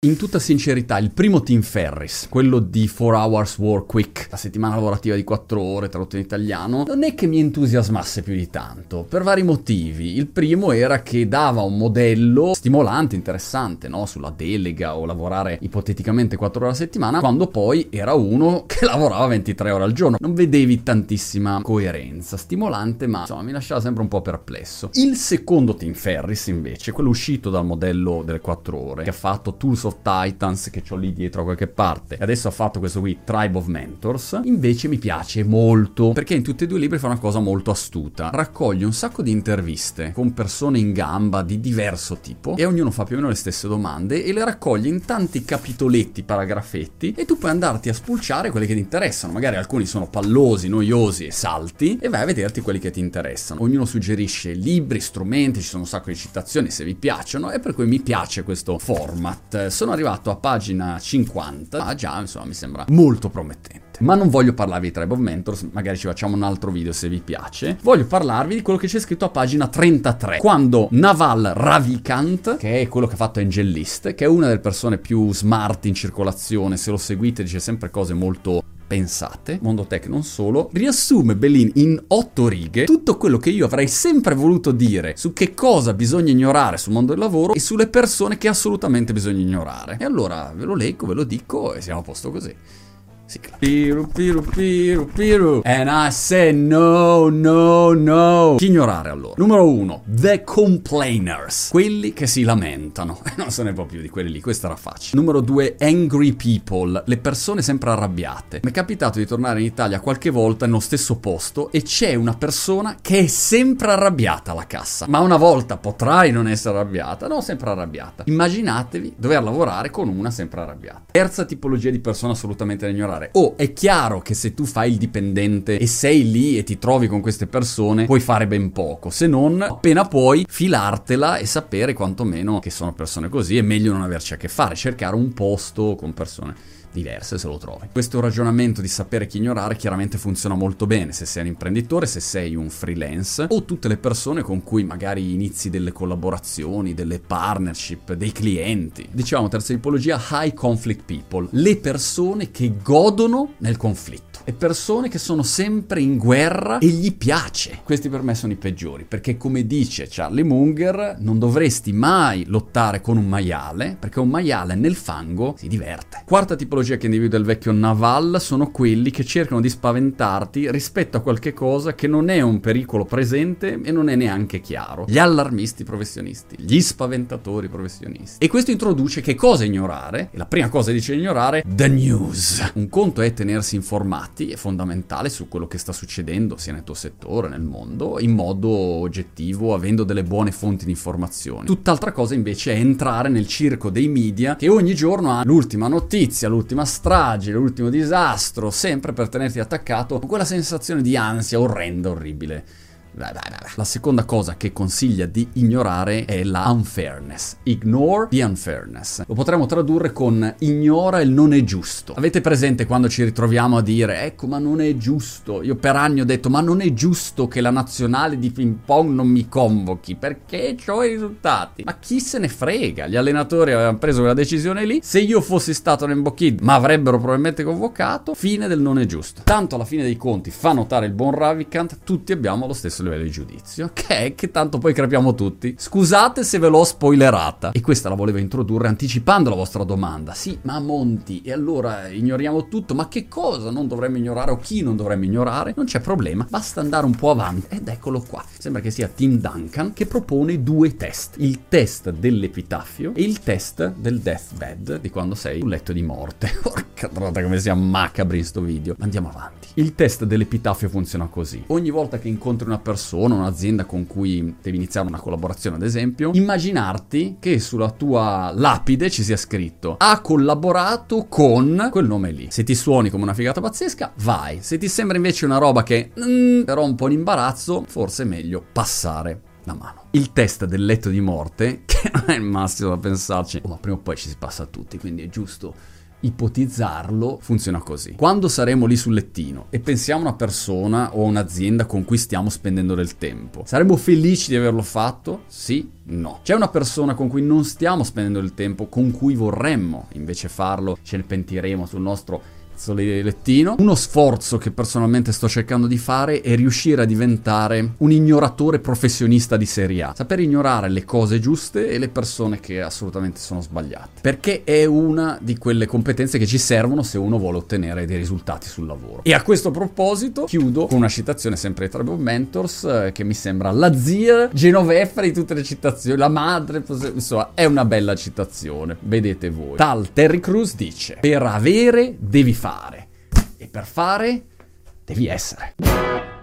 In tutta sincerità, il primo Tim Ferriss, quello di 4 Hours Work Week, la settimana lavorativa di 4 ore, tradotto in italiano, non è che mi entusiasmasse più di tanto, per vari motivi. Il primo era che dava un modello stimolante, interessante, no? Sulla delega o lavorare ipoteticamente 4 ore a settimana, quando poi era uno che lavorava 23 ore al giorno. Non vedevi tantissima coerenza, stimolante, ma insomma mi lasciava sempre un po' perplesso. Il secondo Tim Ferriss, invece, quello uscito dal modello delle 4 ore, che ha fatto Tools of Titans, che ho lì dietro a qualche parte, e adesso ha fatto questo qui, Tribe of Mentors, invece mi piace molto, perché in tutti e due i libri fa una cosa molto astuta. Raccoglie un sacco di interviste con persone in gamba di diverso tipo, e ognuno fa più o meno le stesse domande, e le raccoglie in tanti capitoletti, paragrafetti, e tu puoi andarti a spulciare quelli che ti interessano. Magari alcuni sono pallosi, noiosi e salti, e vai a vederti quelli che ti interessano. Ognuno suggerisce libri, strumenti, ci sono un sacco di citazioni se vi piacciono, e per cui mi piace questo format. Sono arrivato a pagina 50, ma già insomma mi sembra molto promettente. Ma non voglio parlarvi di Tribe of Mentors, magari ci facciamo un altro video se vi piace. Voglio parlarvi di quello che c'è scritto a pagina 33, quando Naval Ravikant, che è quello che ha fatto Angel List, che è una delle persone più smart in circolazione, se lo seguite dice sempre cose molto pensate, mondo tech non solo, riassume Bellin in 8 righe tutto quello che io avrei sempre voluto dire su che cosa bisogna ignorare sul mondo del lavoro e sulle persone che assolutamente bisogna ignorare. E allora ve lo leggo, ve lo dico e siamo a posto così. Sigla. Piru, piru, piru, piru. And I said no, no, no. Chi ignorare allora? Numero 1, the complainers, quelli che si lamentano. Non se ne può più di quelli lì, questa era facile. Numero 2, angry people, le persone sempre arrabbiate. Mi è capitato di tornare in Italia qualche volta nello stesso posto e c'è una persona che è sempre arrabbiata alla cassa. Ma una volta potrai non essere arrabbiata? No, sempre arrabbiata. Immaginatevi dover lavorare con una sempre arrabbiata. Terza tipologia di persona assolutamente da ignorare. È chiaro che se tu fai il dipendente e sei lì e ti trovi con queste persone puoi fare ben poco, se non appena puoi filartela e sapere quantomeno che sono persone così. È meglio non averci a che fare, cercare un posto con persone diverse se lo trovi. Questo ragionamento di sapere chi ignorare chiaramente funziona molto bene se sei un imprenditore, se sei un freelance o tutte le persone con cui magari inizi delle collaborazioni, delle partnership, dei clienti. Diciamo terza tipologia, high conflict people, le persone che godono nel conflitto e persone che sono sempre in guerra e gli piace. Questi per me sono i peggiori, perché come dice Charlie Munger non dovresti mai lottare con un maiale, perché un maiale nel fango si diverte. Quarta tipologia che individua il vecchio Naval sono quelli che cercano di spaventarti rispetto a qualche cosa che non è un pericolo presente e non è neanche chiaro. Gli allarmisti professionisti, gli spaventatori professionisti. E questo introduce che cosa ignorare, e la prima cosa che dice ignorare, the news. Un conto è tenersi informati, è fondamentale su quello che sta succedendo sia nel tuo settore, nel mondo, in modo oggettivo, avendo delle buone fonti di informazioni. Tutt'altra cosa invece è entrare nel circo dei media che ogni giorno ha l'ultima notizia, l'ultima strage, l'ultimo disastro, sempre per tenerti attaccato con quella sensazione di ansia orrenda, orribile. La seconda cosa che consiglia di ignorare è la unfairness. Ignore the unfairness. Lo potremmo tradurre con ignora il non è giusto. Avete presente quando ci ritroviamo a dire ecco ma non è giusto? Io per anni ho detto ma non è giusto che la nazionale di ping pong non mi convochi perché c'ho i risultati. Ma chi se ne frega? Gli allenatori avevano preso quella decisione lì. Se io fossi stato Nembo Kid ma avrebbero probabilmente convocato. Fine del non è giusto. Tanto alla fine dei conti fa notare il buon Ravikant, tutti abbiamo lo stesso livello di giudizio, che tanto poi capiamo tutti. Scusate se ve l'ho spoilerata. E questa la volevo introdurre anticipando la vostra domanda. Sì, ma Monti, e allora ignoriamo tutto? Ma che cosa non dovremmo ignorare o chi non dovremmo ignorare? Non c'è problema, basta andare un po' avanti. Ed eccolo qua. Sembra che sia Tim Duncan che propone 2 test. Il test dell'epitaffio e il test del deathbed, di quando sei sul letto di morte. Porca trota come sia macabri in sto video. Andiamo avanti. Il test dell'epitaffio funziona così. Ogni volta che incontri una persona, un'azienda con cui devi iniziare una collaborazione ad esempio, immaginarti che sulla tua lapide ci sia scritto ha collaborato con quel nome lì. Se ti suoni come una figata pazzesca, vai. Se ti sembra invece una roba che però un po' in imbarazzo, forse è meglio passare la mano. Il test del letto di morte, che non è il massimo da pensarci, ma prima o poi ci si passa a tutti, quindi è giusto ipotizzarlo funziona così. Quando saremo lì sul lettino e pensiamo a una persona o a un'azienda con cui stiamo spendendo del tempo, saremo felici di averlo fatto? Sì? No. C'è una persona con cui non stiamo spendendo del tempo, con cui vorremmo invece farlo, ce ne pentiremo sul nostro lettino. Uno sforzo che personalmente sto cercando di fare è riuscire a diventare un ignoratore professionista di serie A, saper ignorare le cose giuste e le persone che assolutamente sono sbagliate, perché è una di quelle competenze che ci servono se uno vuole ottenere dei risultati sul lavoro. E a questo proposito chiudo con una citazione sempre di Tribe of Mentors, che mi sembra la zia Genoveffa di tutte le citazioni, la madre, insomma è una bella citazione, vedete voi. Tal Terry Crews dice: per avere devi fare, e per fare devi essere.